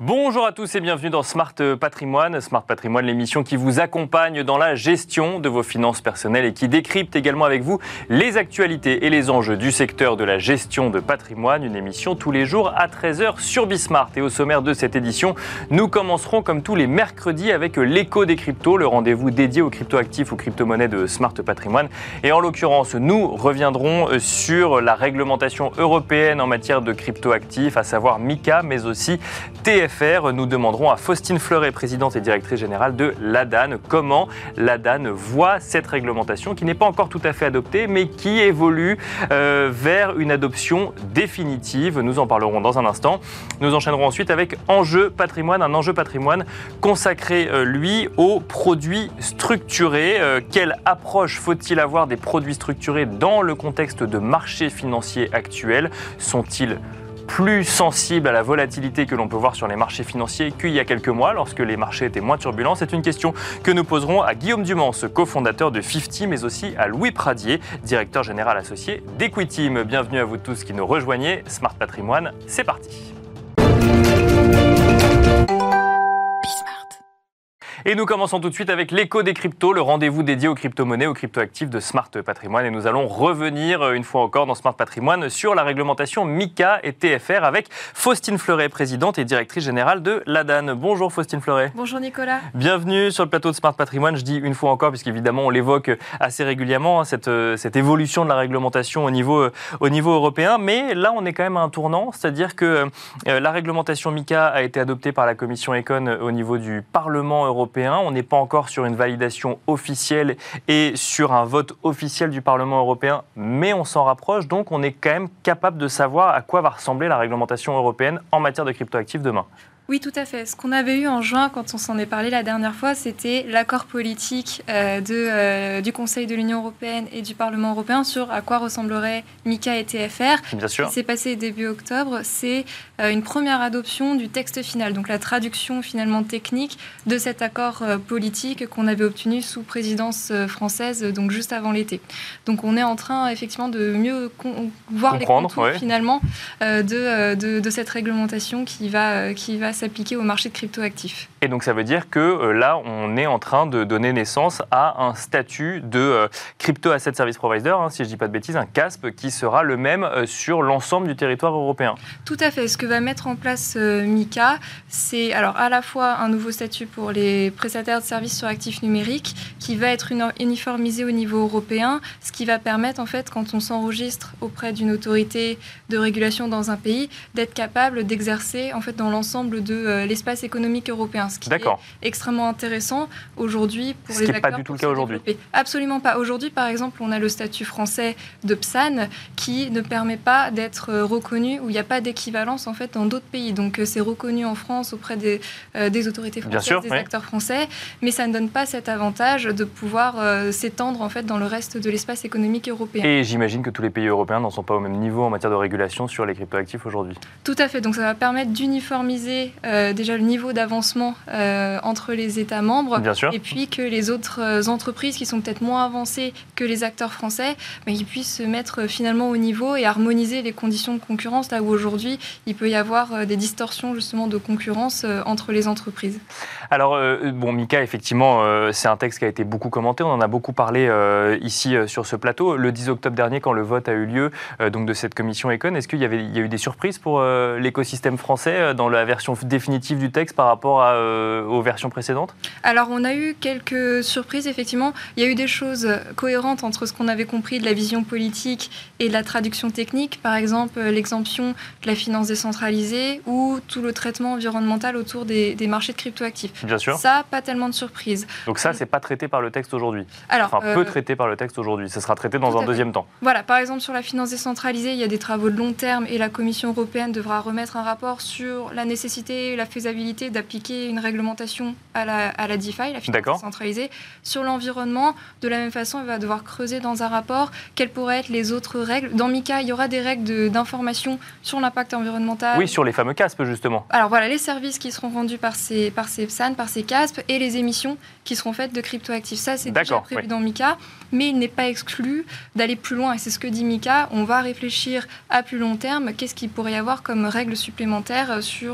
Bonjour à tous et bienvenue dans Smart Patrimoine. Smart Patrimoine, l'émission qui vous accompagne dans la gestion de vos finances personnelles et qui décrypte également avec vous les actualités et les enjeux du secteur de la gestion de patrimoine. Une émission tous les jours à 13h sur Bismart. Et au sommaire de cette édition, nous commencerons comme tous les mercredis avec l'écho des cryptos, le rendez-vous dédié aux cryptoactifs ou crypto-monnaies de Smart Patrimoine. Et en l'occurrence, nous reviendrons sur la réglementation européenne en matière de cryptoactifs, à savoir MiCA, mais aussi TFR. Nous demanderons à Faustine Fleuret, présidente et directrice générale de l'ADAN, comment l'ADAN voit cette réglementation qui n'est pas encore tout à fait adoptée, mais qui évolue vers une adoption définitive. Nous en parlerons dans un instant. Nous enchaînerons ensuite avec Enjeu Patrimoine, un enjeu patrimoine consacré, lui, aux produits structurés. Quelle approche faut-il avoir des produits structurés dans le contexte de marché financier actuel ? Sont-ils plus sensible à la volatilité que l'on peut voir sur les marchés financiers qu'il y a quelques mois, lorsque les marchés étaient moins turbulents? C'est une question que nous poserons à Guillaume Dumance, cofondateur de 50, mais aussi à Louis Pradier, directeur général associé d'Equiteam. Bienvenue à vous tous qui nous rejoignez. Smart Patrimoine, c'est parti. Et nous commençons tout de suite avec l'écho des cryptos, le rendez-vous dédié aux crypto-monnaies, aux crypto-actifs de Smart Patrimoine. Et nous allons revenir une fois encore dans Smart Patrimoine sur la réglementation MiCA et TFR avec Faustine Fleuret, présidente et directrice générale de l'ADAN. Bonjour Faustine Fleuret. Bonjour Nicolas. Bienvenue sur le plateau de Smart Patrimoine. Je dis une fois encore, puisqu'évidemment on l'évoque assez régulièrement, cette évolution de la réglementation au niveau européen. Mais là, on est quand même à un tournant, c'est-à-dire que la réglementation MiCA a été adoptée par la Commission Econ au niveau du Parlement européen. On n'est pas encore sur une validation officielle et sur un vote officiel du Parlement européen, mais on s'en rapproche, donc on est quand même capable de savoir à quoi va ressembler la réglementation européenne en matière de cryptoactifs demain. Oui, tout à fait. Ce qu'on avait eu en juin, quand on s'en est parlé la dernière fois, c'était l'accord politique du Conseil de l'Union européenne et du Parlement européen sur à quoi ressembleraient MiCA et TFR. Bien sûr. Ce qui s'est passé début octobre, c'est une première adoption du texte final, donc la traduction finalement technique de cet accord politique qu'on avait obtenu sous présidence française, donc juste avant l'été. Donc on est en train effectivement de mieux voir les contours finalement de cette réglementation qui va s'appliquer au marché de cryptoactifs. Et donc ça veut dire que là, on est en train de donner naissance à un statut de Crypto Asset Service Provider, si je ne dis pas de bêtises, un CASP qui sera le même sur l'ensemble du territoire européen. Tout à fait. Ce que va mettre en place MiCA, c'est alors à la fois un nouveau statut pour les prestataires de services sur actifs numériques qui va être uniformisé au niveau européen, ce qui va permettre en fait, quand on s'enregistre auprès d'une autorité de régulation dans un pays, d'être capable d'exercer en fait dans l'ensemble de l'espace économique européen, ce qui est extrêmement intéressant aujourd'hui pour les acteurs. Ce qui n'est pas du tout le cas aujourd'hui. Absolument pas. Aujourd'hui, par exemple, on a le statut français de PSAN qui ne permet pas d'être reconnu, où il n'y a pas d'équivalence en fait dans d'autres pays. Donc c'est reconnu en France auprès des autorités françaises, des acteurs français, mais ça ne donne pas cet avantage de pouvoir s'étendre en fait dans le reste de l'espace économique européen. Et j'imagine que tous les pays européens n'en sont pas au même niveau en matière de régulation sur les cryptoactifs aujourd'hui. Tout à fait. Donc ça va permettre d'uniformiser déjà le niveau d'avancement entre les États membres, et puis que les autres entreprises qui sont peut-être moins avancées que les acteurs français, ils puissent se mettre finalement au niveau et harmoniser les conditions de concurrence, là où aujourd'hui il peut y avoir des distorsions justement de concurrence entre les entreprises. Alors, MiCA, effectivement, c'est un texte qui a été beaucoup commenté, on en a beaucoup parlé ici sur ce plateau. Le 10 octobre dernier, quand le vote a eu lieu donc de cette commission Econ, est-ce qu'il y a eu des surprises pour l'écosystème français dans la version définitive du texte par rapport aux versions précédentes? Alors, on a eu quelques surprises, effectivement. Il y a eu des choses cohérentes entre ce qu'on avait compris de la vision politique et de la traduction technique. Par exemple, l'exemption de la finance décentralisée ou tout le traitement environnemental autour des marchés de cryptoactifs. Bien sûr. Ça, pas tellement de surprises. Donc ça, c'est pas traité par le texte aujourd'hui. Peu traité par le texte aujourd'hui. Ça sera traité dans un deuxième temps. Voilà, par exemple, sur la finance décentralisée, il y a des travaux de long terme et la Commission européenne devra remettre un rapport sur la nécessité et la faisabilité d'appliquer une réglementation à la DeFi, la finance décentralisée. Sur l'environnement, de la même façon, elle va devoir creuser dans un rapport quelles pourraient être les autres règles. Dans MiCA, il y aura des règles d'information sur l'impact environnemental. Oui, sur les fameux CASP, justement. Alors voilà, les services qui seront rendus par ces PSAN, par ces CASP, et les émissions qui seront faites de cryptoactifs. Ça, c'est déjà prévu dans MiCA, mais il n'est pas exclu d'aller plus loin. Et c'est ce que dit MiCA. On va réfléchir à plus long terme. Qu'est-ce qu'il pourrait y avoir comme règles supplémentaires sur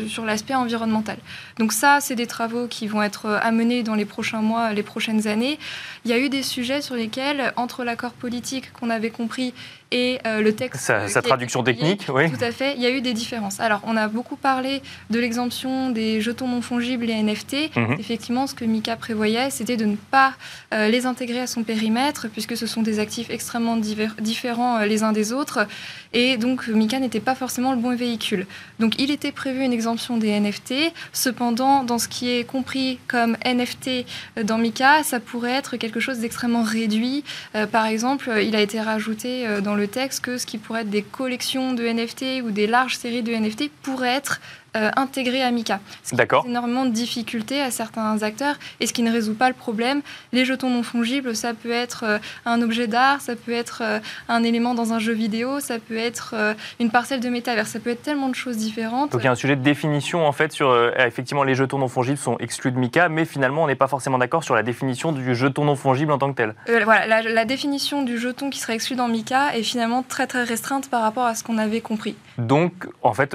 sur l'aspect environnemental. Donc ça, c'est des travaux qui vont être amenés dans les prochains mois, les prochaines années. Il y a eu des sujets sur lesquels, entre l'accord politique qu'on avait compris et le texte... Sa traduction technique, oui. Tout à fait, il y a eu des différences. Alors, on a beaucoup parlé de l'exemption des jetons non fongibles et NFT. Effectivement, ce que MiCA prévoyait, c'était de ne pas les intégrer à son périmètre, puisque ce sont des actifs extrêmement différents les uns des autres. Et donc, MiCA n'était pas forcément le bon véhicule. Donc, il était prévu une exemption des NFT. Cependant, dans ce qui est compris comme NFT dans MiCA, ça pourrait être quelque chose d'extrêmement réduit. Par exemple, il a été rajouté dans le texte que ce qui pourrait être des collections de NFT ou des larges séries de NFT pourrait être intégré à MiCA. Ce qui pose énormément de difficultés à certains acteurs et ce qui ne résout pas le problème. Les jetons non fongibles, ça peut être un objet d'art, ça peut être un élément dans un jeu vidéo, ça peut être une parcelle de métavers, ça peut être tellement de choses différentes. Donc il y a un sujet de définition en fait sur effectivement les jetons non fongibles sont exclus de MiCA, mais finalement on n'est pas forcément d'accord sur la définition du jeton non fongible en tant que tel. Voilà, la définition du jeton qui serait exclu dans MiCA est finalement très très restreinte par rapport à ce qu'on avait compris. Donc en fait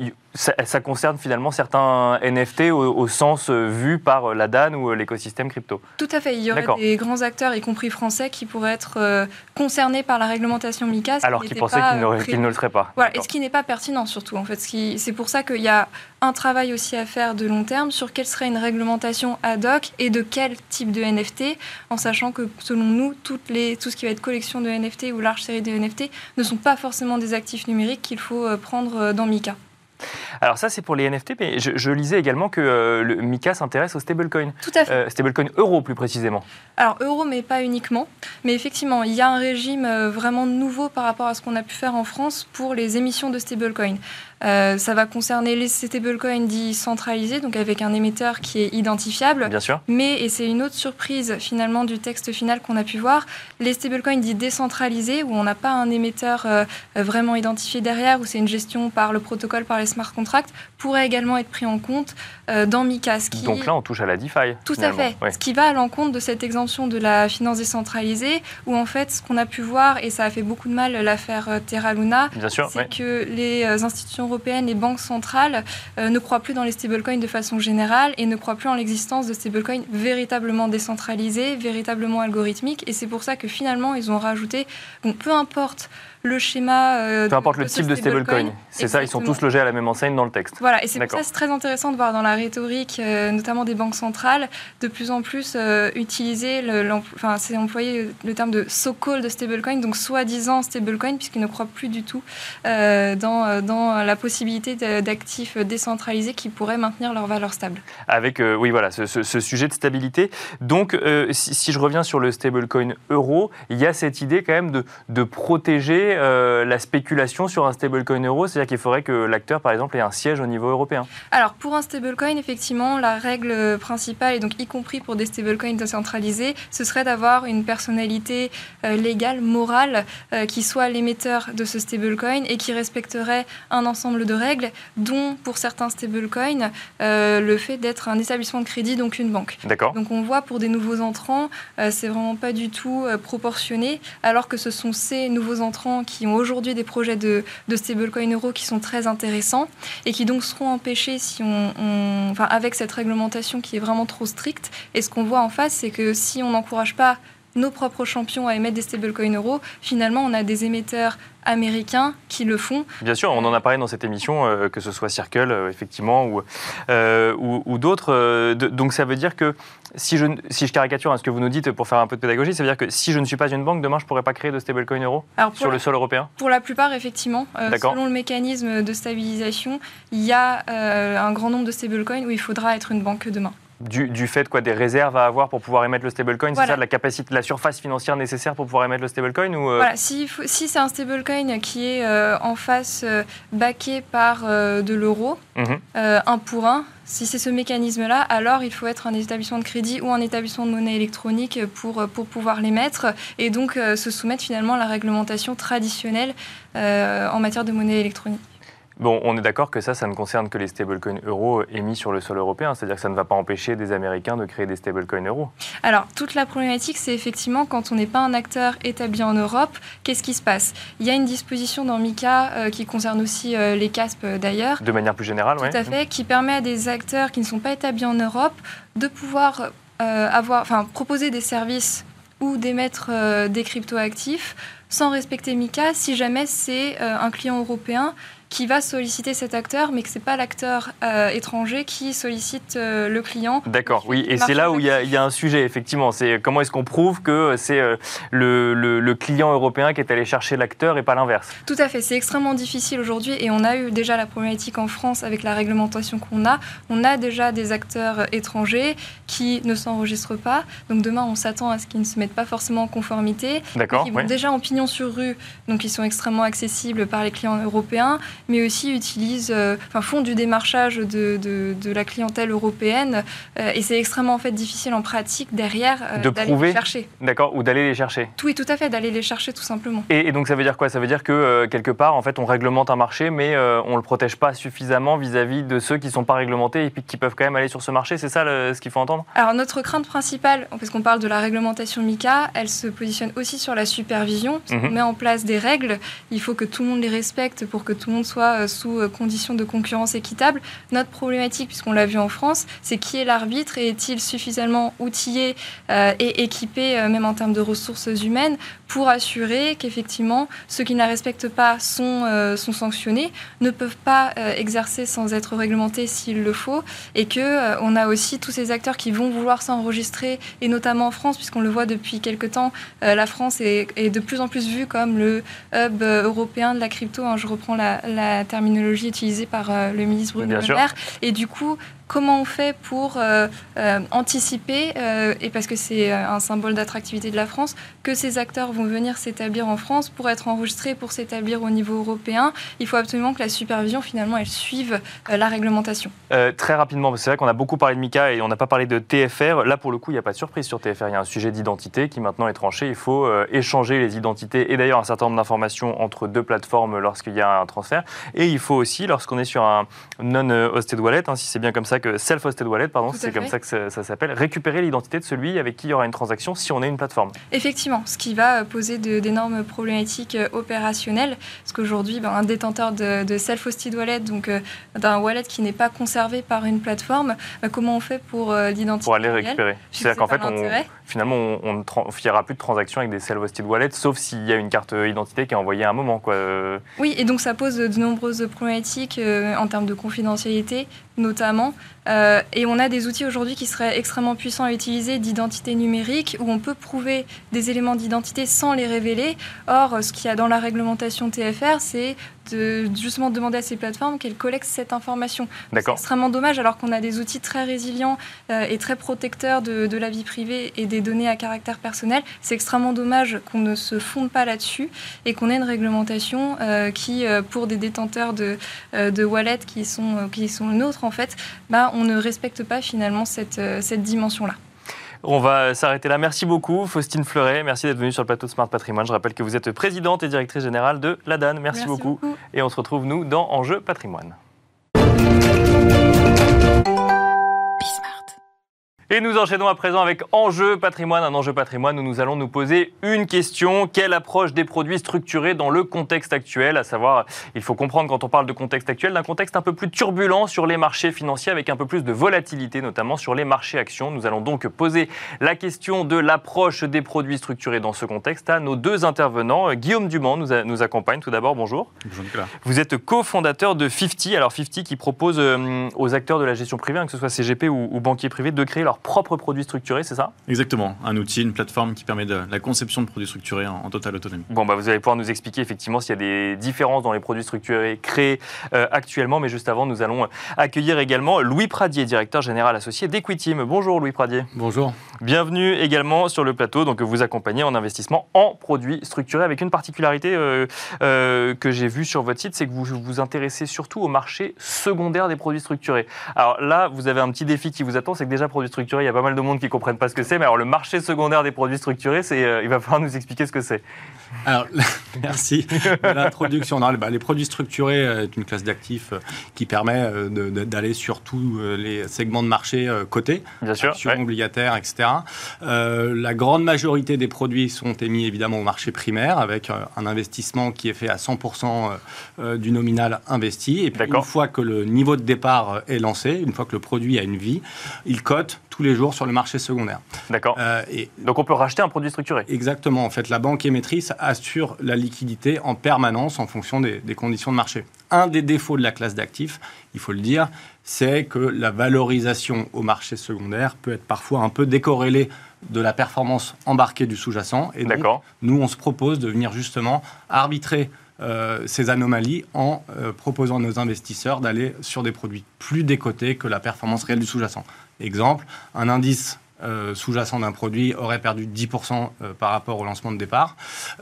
ça concerne finalement certains NFT au sens vu par la DAN ou l'écosystème crypto. Tout à fait. Il y aurait des grands acteurs, y compris français, qui pourraient être concernés par la réglementation MiCA. Alors qu'ils pensaient qu'ils ne le seraient pas. Voilà, et ce qui n'est pas pertinent surtout. En fait, c'est pour ça qu'il y a un travail aussi à faire de long terme sur quelle serait une réglementation ad hoc et de quel type de NFT, en sachant que selon nous, tout ce qui va être collection de NFT ou large série de NFT ne sont pas forcément des actifs numériques qu'il faut prendre dans MiCA. Alors ça, c'est pour les NFT, mais je lisais également que le MiCA s'intéresse aux stablecoins. Tout à fait. Stablecoins euro, plus précisément. Alors, euro, mais pas uniquement. Mais effectivement, il y a un régime vraiment nouveau par rapport à ce qu'on a pu faire en France pour les émissions de stablecoins. Ça va concerner les stablecoins dits centralisés, donc avec un émetteur qui est identifiable. Bien sûr. Mais, et c'est une autre surprise finalement du texte final qu'on a pu voir, les stablecoins dits décentralisés, où on n'a pas un émetteur vraiment identifié derrière, où c'est une gestion par le protocole, par les smart contracts, pourraient également être pris en compte dans MiCA. Donc là, on touche à la DeFi. Tout à fait. Oui. Ce qui va à l'encontre de cette exemption de la finance décentralisée, où en fait, ce qu'on a pu voir, et ça a fait beaucoup de mal l'affaire Terra Luna, c'est que les institutions européennes, les banques centrales ne croient plus dans les stablecoins de façon générale et ne croient plus en l'existence de stablecoins véritablement décentralisés, véritablement algorithmiques. Et c'est pour ça que finalement, ils ont rajouté, donc peu importe le schéma... peu importe le type de stablecoin. C'est ça, ils sont tous logés à la même enseigne dans le texte. Voilà, et c'est pour ça que c'est très intéressant de voir dans la rhétorique, notamment des banques centrales, de plus en plus utiliser, c'est employer le terme de so-called stablecoin, donc soi-disant stablecoin, puisqu'ils ne croient plus du tout dans la possibilité d'actifs décentralisés qui pourraient maintenir leur valeur stable. Avec, ce sujet de stabilité. Donc, si je reviens sur le stablecoin euro, il y a cette idée quand même de protéger la spéculation sur un stablecoin euro, c'est-à-dire qu'il faudrait que l'acteur, par exemple, ait un siège au niveau européen. Alors, pour un stablecoin, effectivement, la règle principale, et donc y compris pour des stablecoins décentralisés, ce serait d'avoir une personnalité légale, morale, qui soit l'émetteur de ce stablecoin et qui respecterait un ensemble de règles, dont, pour certains stablecoins, le fait d'être un établissement de crédit, donc une banque. D'accord. Donc, on voit pour des nouveaux entrants, c'est vraiment pas du tout proportionné, alors que ce sont ces nouveaux entrants qui ont aujourd'hui des projets de stablecoin euro qui sont très intéressants et qui donc seront empêchés si avec cette réglementation qui est vraiment trop stricte. Et ce qu'on voit en face, c'est que si on n'encourage pas nos propres champions à émettre des stablecoins euros, finalement, on a des émetteurs américains qui le font. Bien sûr, on en a parlé dans cette émission, que ce soit Circle, effectivement, ou d'autres. Donc ça veut dire que, si je caricature ce que vous nous dites pour faire un peu de pédagogie, ça veut dire que si je ne suis pas une banque, demain, je ne pourrais pas créer de stablecoin euro sur le sol européen ? Pour la plupart, effectivement. Selon le mécanisme de stabilisation, il y a un grand nombre de stablecoins où il faudra être une banque demain. Du fait des réserves à avoir pour pouvoir émettre le stablecoin, voilà. C'est ça, de la capacité, de la surface financière nécessaire pour pouvoir émettre le stablecoin ou Voilà, si c'est un stablecoin qui est en face backé par de l'euro, 1 pour 1, si c'est ce mécanisme-là, alors il faut être un établissement de crédit ou un établissement de monnaie électronique pour pouvoir l'émettre et donc se soumettre finalement à la réglementation traditionnelle en matière de monnaie électronique. Bon, on est d'accord que ça ne concerne que les stablecoins euros émis sur le sol européen, c'est-à-dire que ça ne va pas empêcher des Américains de créer des stablecoins euros. Alors, toute la problématique, c'est effectivement quand on n'est pas un acteur établi en Europe, qu'est-ce qui se passe? Il y a une disposition dans MiCA qui concerne aussi les CASP d'ailleurs. De manière plus générale, oui. Tout à fait, qui permet à des acteurs qui ne sont pas établis en Europe de pouvoir proposer des services ou d'émettre des cryptoactifs sans respecter MiCA si jamais c'est un client européen qui va solliciter cet acteur, mais que ce n'est pas l'acteur étranger qui sollicite le client. D'accord, oui, et c'est là où il y a un sujet, effectivement. C'est comment est-ce qu'on prouve que c'est le client européen qui est allé chercher l'acteur et pas l'inverse? Tout à fait, c'est extrêmement difficile aujourd'hui, et on a eu déjà la problématique en France avec la réglementation qu'on a. On a déjà des acteurs étrangers qui ne s'enregistrent pas, donc demain on s'attend à ce qu'ils ne se mettent pas forcément en conformité. D'accord, ils vont déjà en pignon sur rue, donc ils sont extrêmement accessibles par les clients européens, mais aussi font du démarchage de la clientèle européenne. Et c'est extrêmement difficile en pratique derrière d'aller les chercher. D'accord, ou d'aller les chercher. Oui, tout à fait, d'aller les chercher tout simplement. Et donc ça veut dire quoi? Ça veut dire que quelque part, en fait, on réglemente un marché, mais on ne le protège pas suffisamment vis-à-vis de ceux qui ne sont pas réglementés et puis qui peuvent quand même aller sur ce marché. C'est ça ce qu'il faut entendre? Alors notre crainte principale, parce qu'on parle de la réglementation MiCA, elle se positionne aussi sur la supervision. On met en place des règles, il faut que tout le monde les respecte pour que tout le monde soit sous conditions de concurrence équitable. Notre problématique, puisqu'on l'a vu en France, c'est qui est l'arbitre et est-il suffisamment outillé et équipé, même en termes de ressources humaines, pour assurer qu'effectivement, ceux qui ne la respectent pas sont sanctionnés, ne peuvent pas exercer sans être réglementés s'il le faut, et qu'on a aussi tous ces acteurs qui vont vouloir s'enregistrer, et notamment en France, puisqu'on le voit depuis quelque temps, la France est de plus en plus vue comme le hub européen de la crypto. Je reprends la terminologie utilisée par le ministre Bruno Le Maire. Et du coup, comment on fait pour anticiper, et parce que c'est un symbole d'attractivité de la France, que ces acteurs vont venir s'établir en France pour être enregistrés, pour s'établir au niveau européen? Il faut absolument que la supervision, finalement, elle suive la réglementation. Très rapidement, parce que c'est vrai qu'on a beaucoup parlé de MiCA et on n'a pas parlé de TFR. Là, pour le coup, il n'y a pas de surprise sur TFR. Il y a un sujet d'identité qui maintenant est tranché. Il faut échanger les identités et d'ailleurs un certain nombre d'informations entre deux plateformes lorsqu'il y a un transfert. Et il faut aussi, lorsqu'on est sur un non-hosted wallet, si c'est bien comme ça que self-hosted wallet, pardon, c'est comme ça que ça s'appelle, récupérer l'identité de celui avec qui il y aura une transaction si on est une plateforme. Effectivement, ce qui va poser d'énormes problématiques opérationnelles, parce qu'aujourd'hui, un détenteur de self-hosted wallet, donc d'un wallet qui n'est pas conservé par une plateforme, comment on fait pour l'identité? Pour aller récupérer. C'est-à-dire qu'en fait, finalement, on ne fera plus de transactions avec des self-hosted wallets, sauf s'il y a une carte identité qui est envoyée à un moment, quoi. Oui, et donc ça pose de nombreuses problématiques en termes de confidentialité, notamment. Et on a des outils aujourd'hui qui seraient extrêmement puissants à utiliser d'identité numérique, où on peut prouver des éléments d'identité sans les révéler. Or, ce qu'il y a dans la réglementation TFR, c'est justement demander à ces plateformes qu'elles collectent cette information. C'est extrêmement dommage, alors qu'on a des outils très résilients et très protecteurs de la vie privée et des données à caractère personnel. C'est extrêmement dommage qu'on ne se fonde pas là-dessus et qu'on ait une réglementation qui, pour des détenteurs de wallets qui sont nôtres, en fait, on ne respecte pas finalement cette dimension-là. On va s'arrêter là. Merci beaucoup, Faustine Fleuret. Merci d'être venue sur le plateau de Smart Patrimoine. Je rappelle que vous êtes présidente et directrice générale de l'ADAN. Merci beaucoup. Et on se retrouve, nous, dans Enjeu Patrimoine. Et nous enchaînons à présent avec Enjeu Patrimoine, un enjeu patrimoine où nous allons nous poser une question. Quelle approche des produits structurés dans le contexte actuel? À savoir, il faut comprendre quand on parle de contexte actuel, d'un contexte un peu plus turbulent sur les marchés financiers avec un peu plus de volatilité, notamment sur les marchés actions. Nous allons donc poser la question de l'approche des produits structurés dans ce contexte à nos deux intervenants. Guillaume Dumont nous accompagne. Tout d'abord, bonjour. Bonjour Nicolas. Vous êtes cofondateur de 50. Alors 50 qui propose aux acteurs de la gestion privée, que ce soit CGP ou banquiers privés, de créer leur propres produits structurés, c'est ça? Exactement, un outil, une plateforme qui permet de la conception de produits structurés en totale autonomie. Bon, vous allez pouvoir nous expliquer effectivement s'il y a des différences dans les produits structurés créés actuellement, mais juste avant, nous allons accueillir également Louis Pradier, directeur général associé d'Equitim. Bonjour Louis Pradier. Bonjour. Bienvenue également sur le plateau, donc vous accompagnez en investissement en produits structurés avec une particularité que j'ai vue sur votre site, c'est que vous vous intéressez surtout au marché secondaire des produits structurés. Alors là, vous avez un petit défi qui vous attend, c'est que déjà produits structurés, structurés, il y a pas mal de monde qui ne comprennent pas ce que c'est. Mais alors, le marché secondaire des produits structurés, il va falloir nous expliquer ce que c'est. Alors, merci de l'introduction. Les produits structurés est une classe d'actifs qui permet d'aller sur tous les segments de marché cotés, actions, obligataires, etc. La grande majorité des produits sont émis évidemment au marché primaire avec un investissement qui est fait à 100% du nominal investi. Et puis, une fois que le niveau de départ est lancé, une fois que le produit a une vie, il cote tous les jours sur le marché secondaire. D'accord. Donc on peut racheter un produit structuré. Exactement. En fait, la banque émettrice assure la liquidité en permanence en fonction des conditions de marché. Un des défauts de la classe d'actifs, il faut le dire, c'est que la valorisation au marché secondaire peut être parfois un peu décorrélée de la performance embarquée du sous-jacent. Et donc, nous, on se propose de venir justement arbitrer ces anomalies en proposant à nos investisseurs d'aller sur des produits plus décotés que la performance réelle du sous-jacent. Exemple, un indice sous-jacent d'un produit aurait perdu 10% par rapport au lancement de départ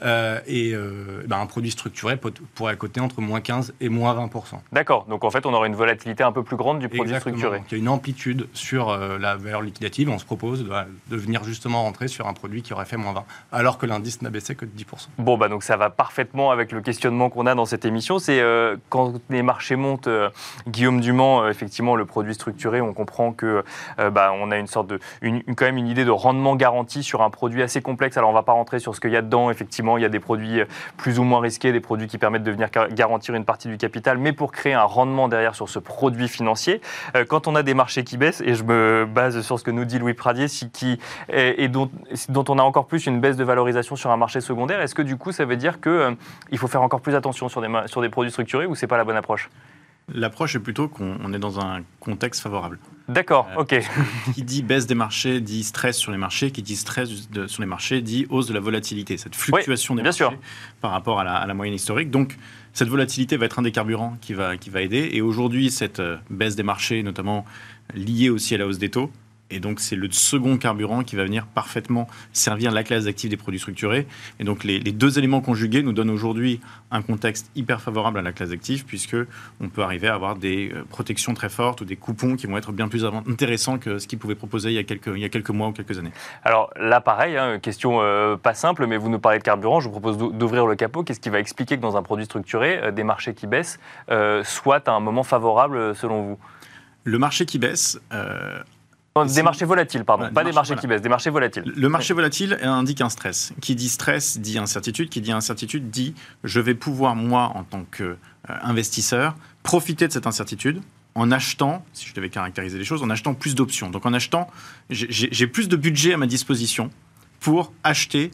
un produit structuré pourrait coter entre moins 15 et moins 20%. D'accord, donc en fait on aura une volatilité un peu plus grande du produit structuré. Donc, il y a une amplitude sur la valeur liquidative, on se propose de venir justement rentrer sur un produit qui aurait fait moins 20, alors que l'indice n'a baissé que de 10%. Bon, donc ça va parfaitement avec le questionnement qu'on a dans cette émission, c'est quand les marchés montent, Guillaume Dumont, effectivement le produit structuré, on comprend que on a une sorte de... quand même une idée de rendement garanti sur un produit assez complexe. Alors, on ne va pas rentrer sur ce qu'il y a dedans. Effectivement, il y a des produits plus ou moins risqués, des produits qui permettent de venir garantir une partie du capital, mais pour créer un rendement derrière sur ce produit financier. Quand on a des marchés qui baissent, et je me base sur ce que nous dit Louis Pradier, dont on a encore plus une baisse de valorisation sur un marché secondaire, est-ce que du coup, ça veut dire qu'il faut faire encore plus attention sur des produits structurés ou ce n'est pas la bonne approche ? L'approche est plutôt qu'on est dans un contexte favorable. D'accord, ok. Qui dit baisse des marchés dit stress sur les marchés, qui dit stress sur les marchés dit hausse de la volatilité, cette fluctuation des marchés par rapport à la moyenne historique. Donc, cette volatilité va être un des carburants qui va aider. Et aujourd'hui, cette baisse des marchés, notamment liée aussi à la hausse des taux, et donc, c'est le second carburant qui va venir parfaitement servir la classe d'actifs des produits structurés. Et donc, les deux éléments conjugués nous donnent aujourd'hui un contexte hyper favorable à la classe d'actifs, puisqu'on peut arriver à avoir des protections très fortes ou des coupons qui vont être bien plus intéressants que ce qu'ils pouvaient proposer il y a quelques mois ou quelques années. Alors là, pareil, question pas simple, mais vous nous parlez de carburant. Je vous propose d'ouvrir le capot. Qu'est-ce qui va expliquer que dans un produit structuré, des marchés qui baissent soit à un moment favorable selon vous ? Le marché qui baisse... Des marchés volatiles, pardon. Pas des marchés qui baissent, des marchés volatiles. Le marché volatile indique un stress. Qui dit stress dit incertitude. Qui dit incertitude dit je vais pouvoir, moi, en tant qu'investisseur, profiter de cette incertitude en achetant, si je devais caractériser les choses, en achetant plus d'options. Donc en achetant, j'ai plus de budget à ma disposition pour acheter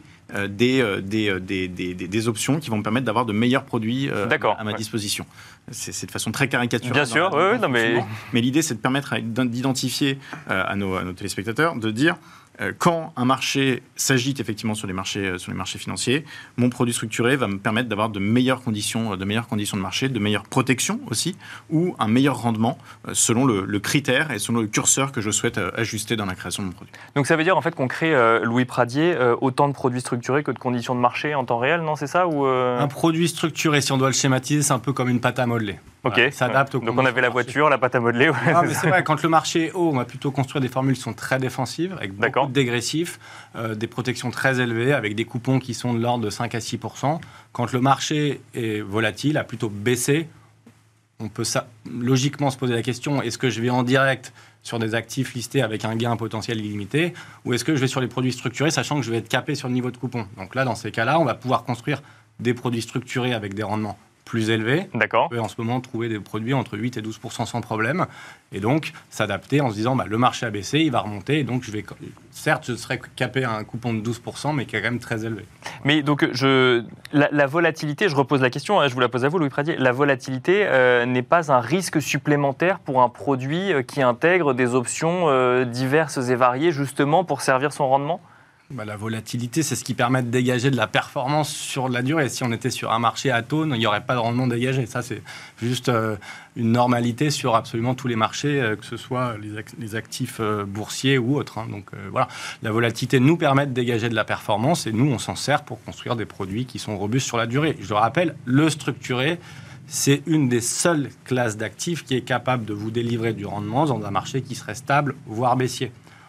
des options qui vont me permettre d'avoir de meilleurs produits à ma disposition. C'est de façon très caricaturale. Bien sûr, mais l'idée, c'est de permettre d'identifier à nos téléspectateurs, de dire quand un marché s'agite effectivement sur les marchés financiers, mon produit structuré va me permettre d'avoir de meilleures conditions de marché, de meilleures protections aussi, ou un meilleur rendement selon le critère et selon le curseur que je souhaite ajuster dans la création de mon produit. Donc ça veut dire en fait qu'on crée, Louis Pradier, autant de produits structurés que de conditions de marché en temps réel, non, c'est ça ou Un produit structuré, si on doit le schématiser, c'est un peu comme une pâte à modeler. Ok. S'adapte aux Donc on avait la voiture, la pâte à modeler. Mais c'est vrai, quand le marché est haut, on va plutôt construire des formules qui sont très défensives, avec beaucoup de dégressifs, des protections très élevées, avec des coupons qui sont de l'ordre de 5 à 6%. Quand le marché est volatile, a plutôt baissé, on peut logiquement se poser la question, est-ce que je vais en direct sur des actifs listés avec un gain potentiel illimité, ou est-ce que je vais sur les produits structurés, sachant que je vais être capé sur le niveau de coupon. Donc là, dans ces cas-là, on va pouvoir construire des produits structurés avec des rendements plus élevé. D'accord. On peut en ce moment trouver des produits entre 8 et 12% sans problème. Et donc, s'adapter en se disant, le marché a baissé, il va remonter. Et donc, certes, je serais capé à un coupon de 12%, mais qui est quand même très élevé. Mais donc, la volatilité, je repose la question, je vous la pose à vous, Louis Pradier. La volatilité n'est pas un risque supplémentaire pour un produit qui intègre des options diverses et variées, justement, pour servir son rendement ? La volatilité, c'est ce qui permet de dégager de la performance sur la durée. Si on était sur un marché atone, il n'y aurait pas de rendement dégagé. Ça, c'est juste une normalité sur absolument tous les marchés, que ce soit les actifs boursiers ou autres. Donc voilà, la volatilité nous permet de dégager de la performance et nous, on s'en sert pour construire des produits qui sont robustes sur la durée. Je le rappelle, le structuré, c'est une des seules classes d'actifs qui est capable de vous délivrer du rendement dans un marché qui serait stable, voire baissier.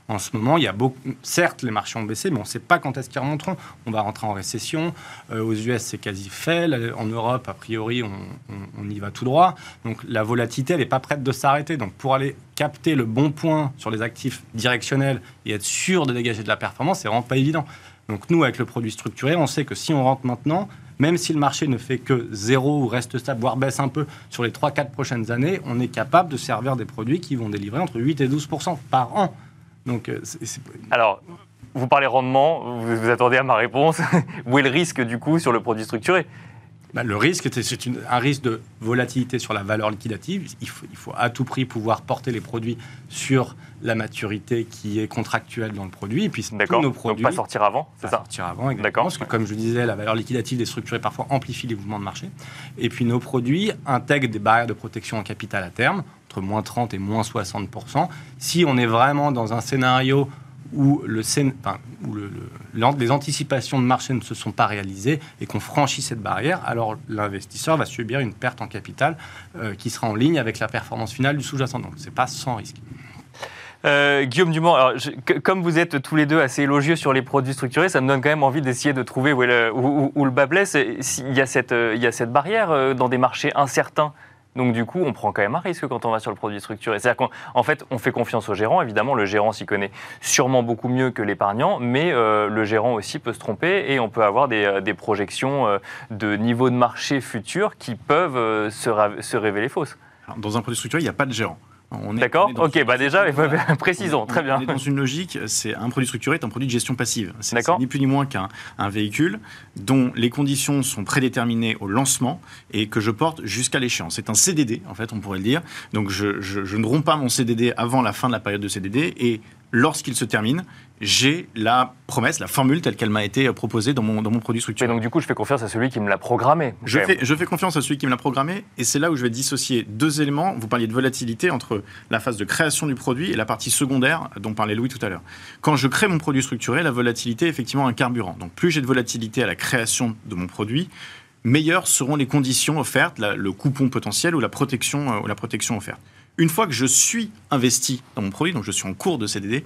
En ce moment, il y a certes, les marchés ont baissé, mais on ne sait pas quand est-ce qu'ils remonteront. On va rentrer en récession. Aux US, c'est quasi fait. En Europe, a priori, on y va tout droit. Donc, la volatilité, elle n'est pas prête de s'arrêter. Donc, pour aller capter le bon point sur les actifs directionnels et être sûr de dégager de la performance, c'est vraiment pas évident. Donc, nous, avec le produit structuré, on sait que si on rentre maintenant, même si le marché ne fait que 0 ou reste stable, voire baisse un peu sur les 3-4 prochaines années, on est capable de servir des produits qui vont délivrer entre 8 et 12% par an. Donc, alors, vous parlez rendement, vous attendez à ma réponse. Où est le risque, du coup, sur le produit structuré ? Le risque, c'est un risque de volatilité sur la valeur liquidative. Il faut à tout prix pouvoir porter les produits sur la maturité qui est contractuelle dans le produit. Et puis, d'accord. Nos produits, donc pas sortir avant, c'est ça ? Sortir avant, exactement. D'accord. Parce que, comme je disais, la valeur liquidative des structurés parfois amplifie les mouvements de marché. Et puis, nos produits intègrent des barrières de protection en capital à terme, entre moins 30 et moins 60%. Si on est vraiment dans un scénario où les anticipations de marché ne se sont pas réalisées et qu'on franchit cette barrière, alors l'investisseur va subir une perte en capital qui sera en ligne avec la performance finale du sous-jacent. Donc, ce n'est pas sans risque. Guillaume Dumont, alors, comme vous êtes tous les deux assez élogieux sur les produits structurés, ça me donne quand même envie d'essayer de trouver où le bas blesse. Il y a cette barrière dans des marchés incertains. Donc du coup, on prend quand même un risque quand on va sur le produit structuré. C'est-à-dire qu'en fait, on fait confiance au gérant. Évidemment, le gérant s'y connaît sûrement beaucoup mieux que l'épargnant, mais le gérant aussi peut se tromper et on peut avoir des projections de niveau de marché futur qui peuvent se révéler fausses. Alors, dans un produit structuré, il n'y a pas de gérant. D'accord, ok, déjà, précisons, très bien. On est dans une logique, un produit structuré est un produit de gestion passive. C'est ni plus ni moins qu'un véhicule dont les conditions sont prédéterminées au lancement et que je porte jusqu'à l'échéance. C'est un CDD, en fait, on pourrait le dire. Donc, je ne romps pas mon CDD avant la fin de la période de CDD et lorsqu'il se termine, j'ai la promesse, la formule telle qu'elle m'a été proposée dans mon produit structuré. Et donc du coup, je fais confiance à celui qui me l'a programmé. Je fais confiance à celui qui me l'a programmé et c'est là où je vais dissocier deux éléments. Vous parliez de volatilité entre la phase de création du produit et la partie secondaire dont parlait Louis tout à l'heure. Quand je crée mon produit structuré, la volatilité est effectivement un carburant. Donc plus j'ai de volatilité à la création de mon produit, meilleures seront les conditions offertes, le coupon potentiel ou la protection offerte. Une fois que je suis investi dans mon produit, donc je suis en cours de CDD,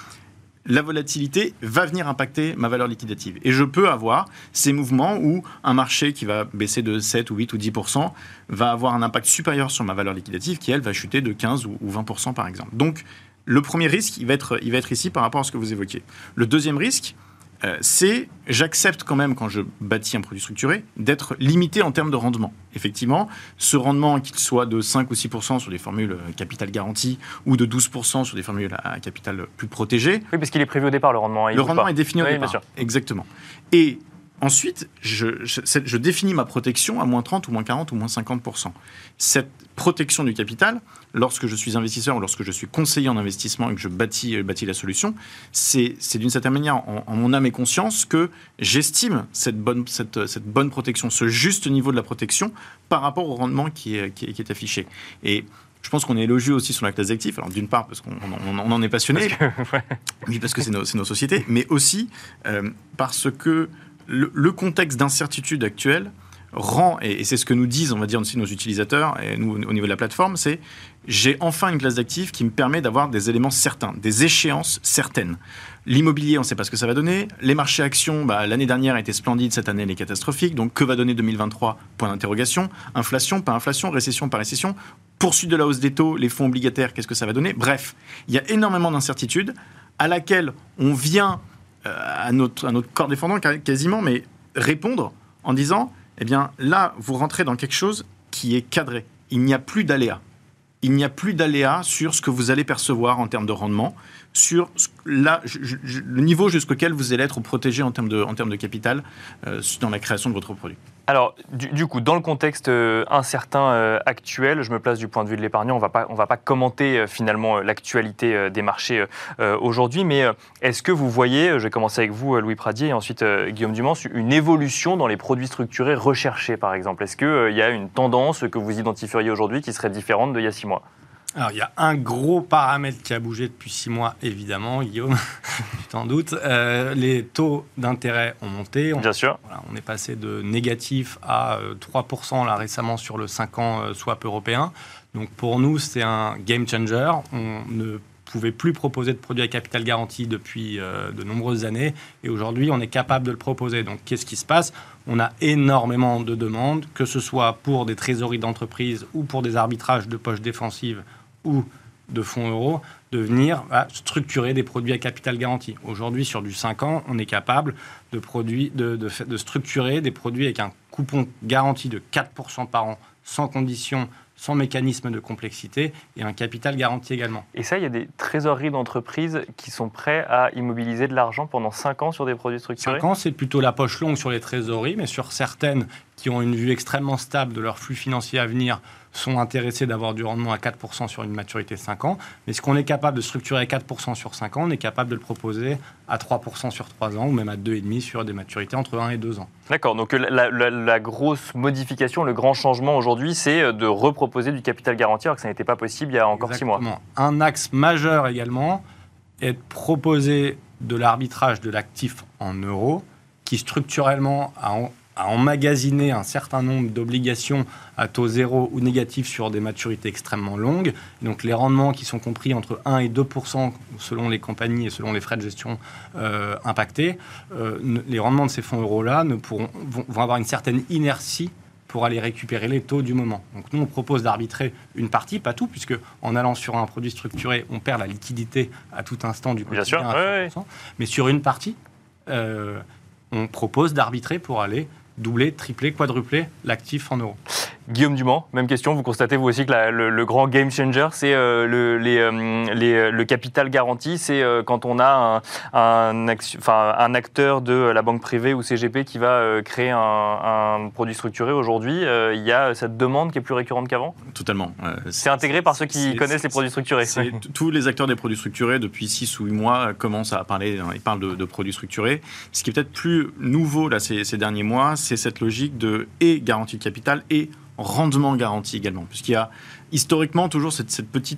la volatilité va venir impacter ma valeur liquidative. Et je peux avoir ces mouvements où un marché qui va baisser de 7 ou 8 ou 10% va avoir un impact supérieur sur ma valeur liquidative qui, elle, va chuter de 15 ou 20% par exemple. Donc, le premier risque, il va être ici par rapport à ce que vous évoquiez. Le deuxième risque, c'est j'accepte quand même, quand je bâtis un produit structuré, d'être limité en termes de rendement. Effectivement, ce rendement, qu'il soit de 5 ou 6% sur des formules capital garantie ou de 12% sur des formules à capital plus protégé. Oui, parce qu'il est prévu au départ, le rendement. Le rendement est défini au départ. Bien sûr. Exactement. Et ensuite, je définis ma protection à moins 30 ou moins 40 ou moins 50%. Cette protection du capital, lorsque je suis investisseur ou lorsque je suis conseiller en investissement et que je bâtis la solution, c'est d'une certaine manière en mon âme et conscience que j'estime cette bonne protection, ce juste niveau de la protection par rapport au rendement qui est affiché. Et je pense qu'on est élogieux aussi sur la classe d'actifs. Alors d'une part parce qu'on en est passionné, oui, parce que c'est nos sociétés, mais aussi parce que le contexte d'incertitude actuel rend, et c'est ce que nous disent, on va dire aussi nos utilisateurs, et nous au niveau de la plateforme, c'est j'ai enfin une classe d'actifs qui me permet d'avoir des éléments certains, des échéances certaines. L'immobilier, on ne sait pas ce que ça va donner. Les marchés actions, l'année dernière était splendide, cette année elle est catastrophique. Donc que va donner 2023 ? Point d'interrogation. Inflation, pas inflation, récession, pas récession. Poursuite de la hausse des taux, les fonds obligataires, qu'est-ce que ça va donner ? Bref, il y a énormément d'incertitudes à laquelle on vient à notre corps défendant quasiment, mais répondre en disant, eh bien là, vous rentrez dans quelque chose qui est cadré. Il n'y a plus d'aléas. Il n'y a plus d'aléas sur ce que vous allez percevoir en termes de rendement, sur le niveau jusqu'auquel vous allez être protégé en termes de capital dans la création de votre produit. Alors, du coup, dans le contexte incertain actuel, je me place du point de vue de l'épargnant, on va pas commenter finalement l'actualité des marchés aujourd'hui, mais est-ce que vous voyez, je vais commencer avec vous, Louis Pradier, et ensuite Guillaume Dumont, une évolution dans les produits structurés recherchés, par exemple ? Est-ce qu'il y a une tendance que vous identifieriez aujourd'hui qui serait différente d'il y a 6 mois ? Alors, il y a un gros paramètre qui a bougé depuis 6 mois, évidemment, Guillaume, tu t'en doutes. Les taux d'intérêt ont monté. Bien sûr. Voilà, on est passé de négatif à 3% là, récemment sur le 5 ans swap européen. Donc, pour nous, c'est un game changer. On ne pouvait plus proposer de produits à capital garanti depuis de nombreuses années. Et aujourd'hui, on est capable de le proposer. Donc, qu'est-ce qui se passe ? On a énormément de demandes, que ce soit pour des trésoreries d'entreprise ou pour des arbitrages de poches défensives ou de fonds euros, de venir structurer des produits à capital garanti. Aujourd'hui, sur du 5 ans, on est capable de structurer des produits avec un coupon garanti de 4% par an, sans conditions, sans mécanisme de complexité, et un capital garanti également. Et ça, il y a des trésoreries d'entreprises qui sont prêts à immobiliser de l'argent pendant 5 ans sur des produits structurés ? 5 ans, c'est plutôt la poche longue sur les trésoreries, mais sur certaines qui ont une vue extrêmement stable de leur flux financier à venir, sont intéressés d'avoir du rendement à 4% sur une maturité de 5 ans. Mais ce qu'on est capable de structurer à 4% sur 5 ans, on est capable de le proposer à 3% sur 3 ans, ou même à 2,5% sur des maturités entre 1 et 2 ans. D'accord, donc la grosse modification, le grand changement aujourd'hui, c'est de reproposer du capital garanti, alors que ça n'était pas possible il y a encore 6 mois. Un axe majeur également est de proposer de l'arbitrage de l'actif en euros, qui structurellement a emmagasiner un certain nombre d'obligations à taux zéro ou négatif sur des maturités extrêmement longues. Donc les rendements qui sont compris entre 1 et 2% selon les compagnies et selon les frais de gestion impactés, les rendements de ces fonds euros-là vont avoir une certaine inertie pour aller récupérer les taux du moment. Donc nous, on propose d'arbitrer une partie, pas tout, puisque en allant sur un produit structuré, on perd la liquidité à tout instant du quotidien. Bien sûr, à 100%. Mais sur une partie, on propose d'arbitrer pour aller doubler, tripler, quadrupler l'actif en euros. Guillaume Dumont, même question. Vous constatez vous aussi que le grand game changer, c'est le capital garanti. C'est quand on a un acteur de la banque privée ou CGP qui va créer un produit structuré aujourd'hui. Il y a cette demande qui est plus récurrente qu'avant ? Totalement. C'est intégré par ceux qui connaissent les produits structurés. Tous les acteurs des produits structurés, depuis 6 ou 8 mois, commencent à parler. Ils parlent de produits structurés. Ce qui est peut-être plus nouveau là, ces derniers mois, c'est cette logique de garantie de capital et rendement garanti également, puisqu'il y a historiquement toujours ce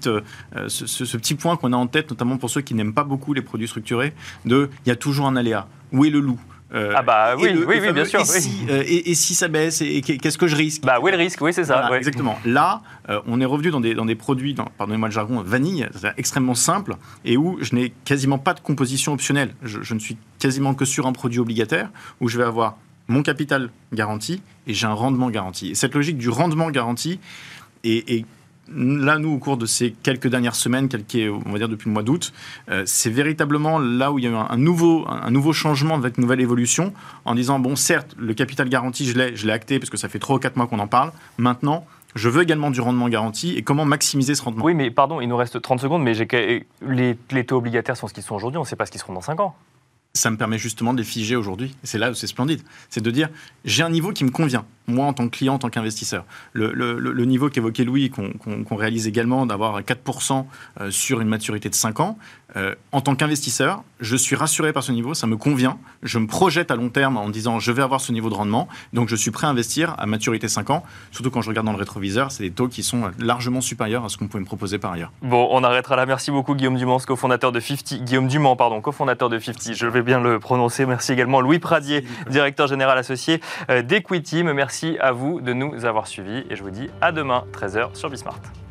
petit point qu'on a en tête, notamment pour ceux qui n'aiment pas beaucoup les produits structurés, il y a toujours un aléa. Où est le loup ? Oui, bien sûr. Et si ça baisse, et qu'est-ce que je risque ? Où est le risque ? Oui, c'est ça. Voilà, exactement. Là, on est revenu dans des produits, pardonnez-moi le jargon, vanille, c'est extrêmement simple, et où je n'ai quasiment pas de composition optionnelle. Je ne suis quasiment que sur un produit obligataire, où je vais avoir mon capital garanti et j'ai un rendement garanti. Et cette logique du rendement garanti, et là, nous, au cours de ces quelques dernières semaines, on va dire depuis le mois d'août, c'est véritablement là où il y a eu un nouveau changement, avec une nouvelle évolution, en disant, bon, certes, le capital garanti, je l'ai acté, parce que ça fait 3 ou 4 mois qu'on en parle. Maintenant, je veux également du rendement garanti, et comment maximiser ce rendement ? Oui, mais pardon, il nous reste 30 secondes, mais les taux obligataires sont ce qu'ils sont aujourd'hui, on ne sait pas ce qu'ils seront dans 5 ans. Ça me permet justement de les figer aujourd'hui. C'est là où c'est splendide. C'est de dire, j'ai un niveau qui me convient, moi en tant que client, en tant qu'investisseur. Le niveau qu'évoquait Louis, qu'on réalise également, d'avoir 4% sur une maturité de 5 ans, en tant qu'investisseur, je suis rassuré par ce niveau, ça me convient. Je me projette à long terme en disant, je vais avoir ce niveau de rendement, donc je suis prêt à investir à maturité 5 ans. Surtout quand je regarde dans le rétroviseur, c'est des taux qui sont largement supérieurs à ce qu'on pouvait me proposer par ailleurs. Bon, on arrêtera là. Merci beaucoup Guillaume Dumont, cofondateur de 50. Guillaume Dumont, cofondateur de 50. Je vais bien le prononcer. Merci également Louis Pradier, directeur général associé d'Equiteam. Merci à vous de nous avoir suivis et je vous dis à demain, 13h sur Bismart.